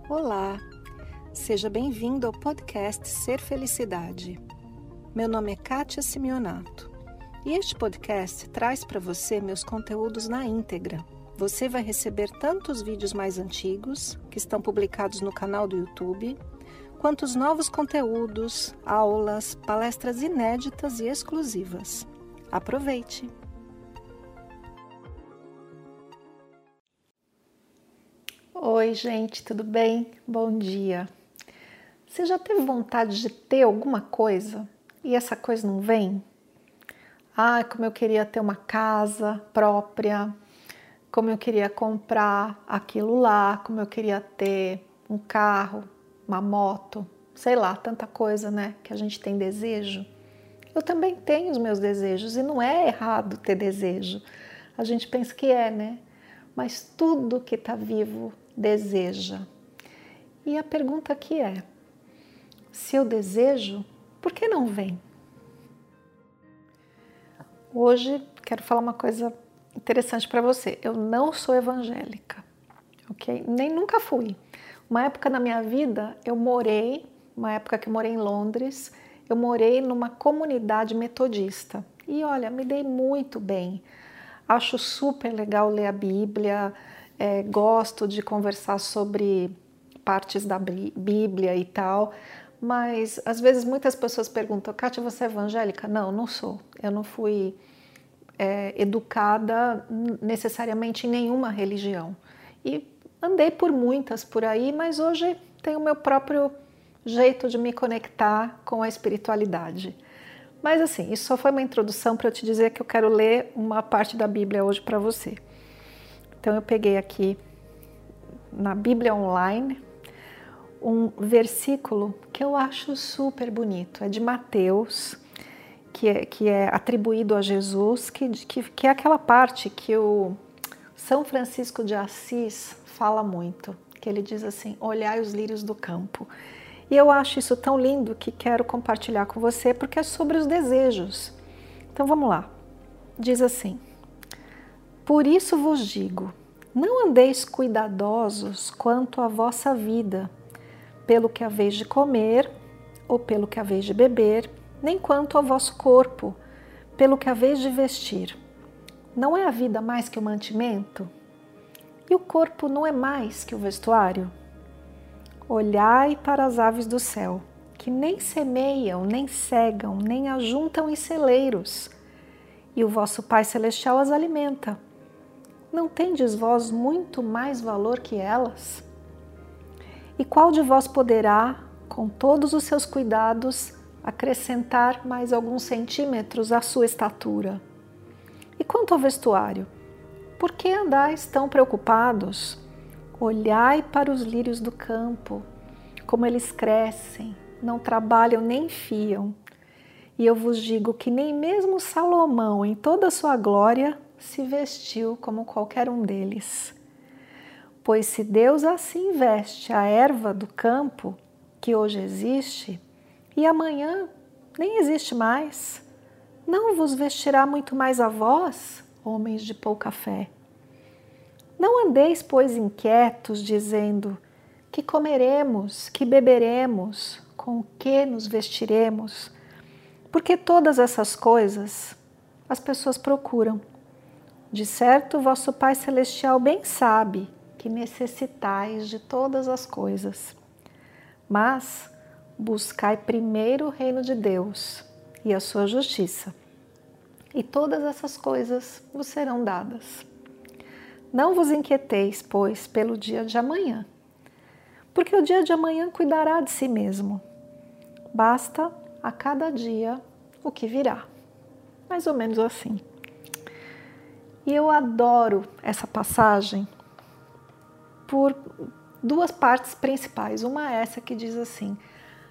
Olá, seja bem-vindo ao podcast Ser Felicidade. Meu nome é Kátia Simeonato e este podcast traz para você meus conteúdos na íntegra. Você vai receber tanto os vídeos mais antigos, que estão publicados no canal do YouTube, quanto os novos conteúdos, aulas, palestras inéditas e exclusivas. Aproveite! Oi, gente, tudo bem? Bom dia! Você já teve vontade de ter alguma coisa e essa coisa não vem? Ah, como eu queria ter uma casa própria, como eu queria comprar aquilo lá, como eu queria ter um carro, uma moto, sei lá, tanta coisa, né, que a gente tem desejo. Eu também tenho os meus desejos e não é errado ter desejo. A gente pensa que é, né? Mas tudo que está vivo deseja. E a pergunta aqui é, se eu desejo, por que não vem? Hoje quero falar uma coisa interessante para você. Eu não sou evangélica, ok? Nem nunca fui. Uma época na minha vida, uma época que eu morei em Londres, eu morei numa comunidade metodista. E olha, me dei muito bem. Acho super legal ler a Bíblia, gosto de conversar sobre partes da Bíblia e tal, mas às vezes muitas pessoas perguntam, Kátia, você é evangélica? Não, não sou. Eu não fui educada necessariamente em nenhuma religião. E andei por muitas por aí, mas hoje tenho o meu próprio jeito de me conectar com a espiritualidade. Mas assim, isso só foi uma introdução para eu te dizer que eu quero ler uma parte da Bíblia hoje para você. Então eu peguei aqui na Bíblia Online um versículo que eu acho super bonito. É de Mateus, que é atribuído a Jesus, que é aquela parte que o São Francisco de Assis fala muito, que ele diz assim, olhai os lírios do campo. E eu acho isso tão lindo que quero compartilhar com você, porque é sobre os desejos. Então vamos lá. Diz assim, por isso vos digo, não andeis cuidadosos quanto à vossa vida, pelo que haveis de comer ou pelo que haveis de beber, nem quanto ao vosso corpo, pelo que haveis de vestir. Não é a vida mais que o mantimento? E o corpo não é mais que o vestuário? Olhai para as aves do céu, que nem semeiam, nem cegam, nem ajuntam em celeiros, e o vosso Pai Celestial as alimenta. Não tendes vós muito mais valor que elas? E qual de vós poderá, com todos os seus cuidados, acrescentar mais alguns centímetros à sua estatura? E quanto ao vestuário? Por que andais tão preocupados? Olhai para os lírios do campo, como eles crescem, não trabalham nem fiam. E eu vos digo que nem mesmo Salomão, em toda a sua glória, se vestiu como qualquer um deles. Pois se Deus assim veste a erva do campo, que hoje existe, e amanhã nem existe mais, não vos vestirá muito mais a vós, homens de pouca fé? Não andeis, pois, inquietos, dizendo, que comeremos, que beberemos, com que nos vestiremos? Porque todas essas coisas as pessoas procuram. De certo, vosso Pai Celestial bem sabe que necessitais de todas as coisas. Mas buscai primeiro o reino de Deus e a sua justiça, e todas essas coisas vos serão dadas. Não vos inquieteis, pois, pelo dia de amanhã, porque o dia de amanhã cuidará de si mesmo. Basta a cada dia o que virá. Mais ou menos assim. E eu adoro essa passagem por duas partes principais. Uma é essa que diz assim,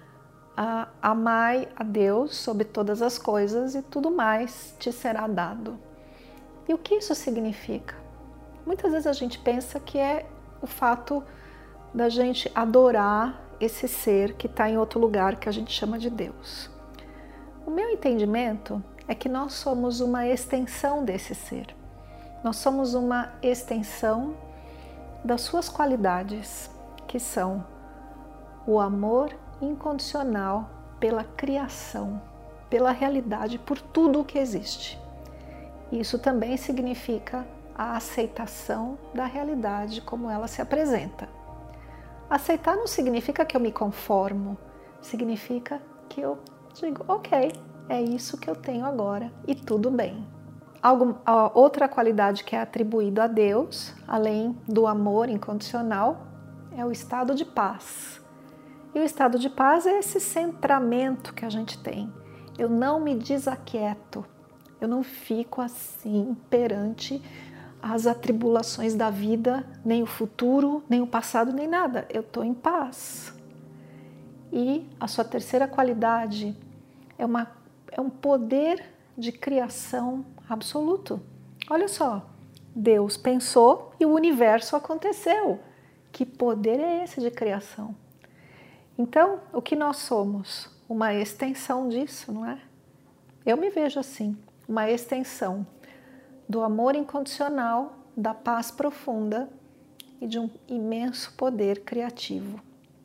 amai a Deus sobre todas as coisas e tudo mais te será dado. E o que isso significa? Muitas vezes a gente pensa que é o fato da gente adorar esse ser que está em outro lugar que a gente chama de Deus. O meu entendimento é que nós somos uma extensão desse ser. Nós somos uma extensão das suas qualidades. que são o amor incondicional pela criação, pela realidade, por tudo o que existe. Isso também significa a aceitação da realidade como ela se apresenta. Aceitar não significa que eu me conformo, significa que eu digo, ok, é isso que eu tenho agora e tudo bem. Outra qualidade que é atribuída a Deus, além do amor incondicional, é o estado de paz. E o estado de paz é esse centramento que a gente tem. Eu não me desaquieto, eu não fico assim perante as atribulações da vida, nem o futuro, nem o passado, nem nada. Eu estou em paz. E a sua terceira qualidade é um poder de criação absoluto. Olha só, Deus pensou e o universo aconteceu. Que poder é esse de criação? Então, o que nós somos? Uma extensão disso, não é? Eu me vejo assim, uma extensão do amor incondicional, da paz profunda e de um imenso poder criativo.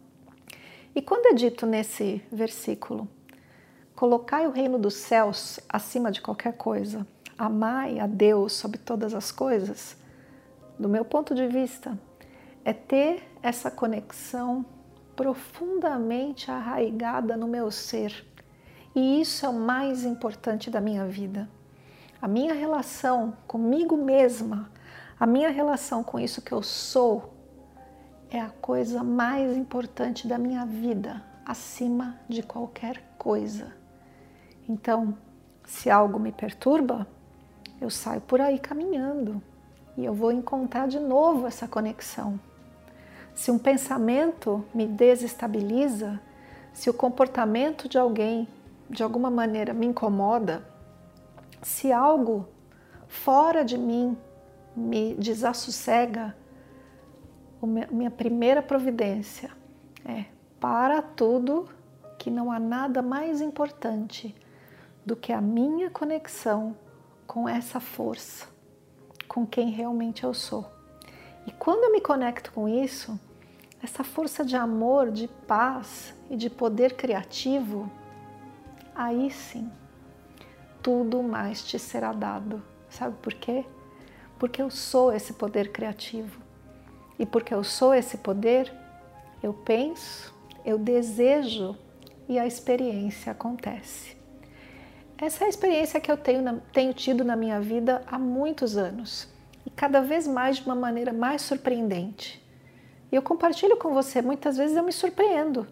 E quando é dito nesse versículo, colocai o reino dos céus acima de qualquer coisa, amai a Deus sobre todas as coisas, do meu ponto de vista, é ter essa conexão profundamente arraigada no meu ser. E isso é o mais importante da minha vida. A minha relação comigo mesma, a minha relação com isso que eu sou, é a coisa mais importante da minha vida, acima de qualquer coisa. Então, se algo me perturba, eu saio por aí caminhando e eu vou encontrar de novo essa conexão. Se um pensamento me desestabiliza, se o comportamento de alguém de alguma maneira me incomoda, se algo fora de mim me desassossega, minha primeira providência é para tudo, que não há nada mais importante do que a minha conexão com essa força, com quem realmente eu sou. E quando eu me conecto com isso, essa força de amor, de paz e de poder criativo, aí sim, tudo mais te será dado. Sabe por quê? Porque eu sou esse poder criativo. E porque eu sou esse poder, eu penso, eu desejo e a experiência acontece. Essa é a experiência que eu tenho tido na minha vida há muitos anos. E cada vez mais de uma maneira mais surpreendente. E eu compartilho com você, muitas vezes eu me surpreendo.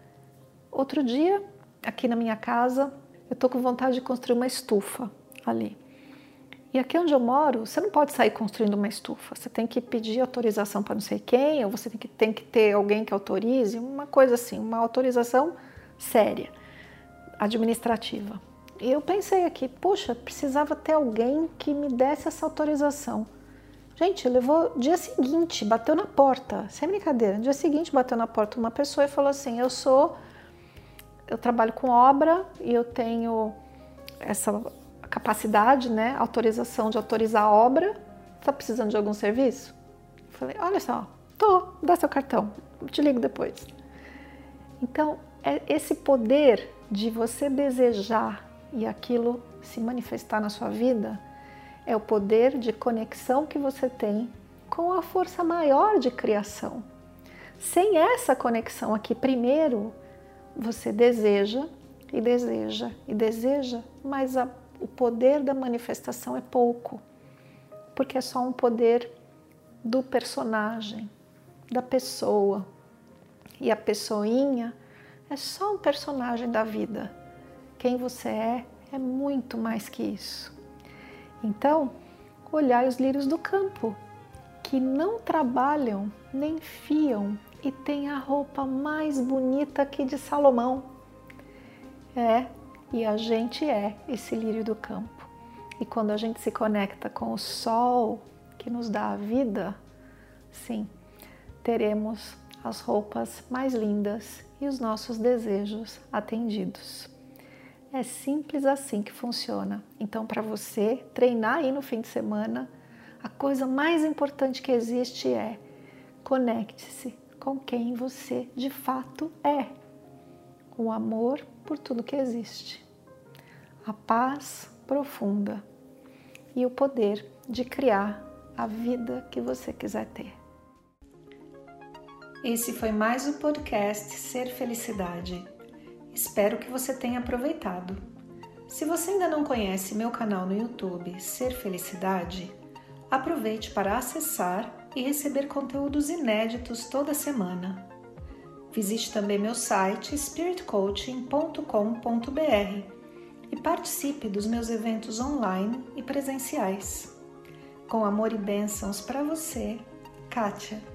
Outro dia, aqui na minha casa, eu estou com vontade de construir uma estufa ali. E aqui onde eu moro, você não pode sair construindo uma estufa. Você tem que pedir autorização para não sei quem, ou você tem que ter alguém que autorize, uma coisa assim, uma autorização séria, administrativa. E eu pensei aqui, puxa, precisava ter alguém que me desse essa autorização. Gente, levou dia seguinte, bateu na porta, sem brincadeira, no dia seguinte bateu na porta uma pessoa e falou assim, eu trabalho com obra e eu tenho essa capacidade, né, autorização de autorizar a obra, está precisando de algum serviço? Eu falei, olha só, dá seu cartão, eu te ligo depois. Então, é esse poder de você desejar e aquilo se manifestar na sua vida, é o poder de conexão que você tem com a força maior de criação. Sem essa conexão aqui, primeiro, você deseja e deseja e deseja, mas o poder da manifestação é pouco, porque é só um poder do personagem, da pessoa. E a pessoinha é só um personagem da vida. Quem você é muito mais que isso. Então, olhai os lírios do campo, que não trabalham nem fiam e têm a roupa mais bonita que de Salomão. E a gente é esse lírio do campo. E quando a gente se conecta com o sol que nos dá a vida, sim, teremos as roupas mais lindas e os nossos desejos atendidos. É simples assim que funciona. Então, para você treinar aí no fim de semana, a coisa mais importante que existe é conecte-se com quem você de fato é. O amor por tudo que existe. A paz profunda e o poder de criar a vida que você quiser ter. Esse foi mais o podcast Ser Felicidade. Espero que você tenha aproveitado. Se você ainda não conhece meu canal no YouTube Ser Felicidade, aproveite para acessar e receber conteúdos inéditos toda semana. Visite também meu site spiritcoaching.com.br e participe dos meus eventos online e presenciais. Com amor e bênçãos para você, Kátia.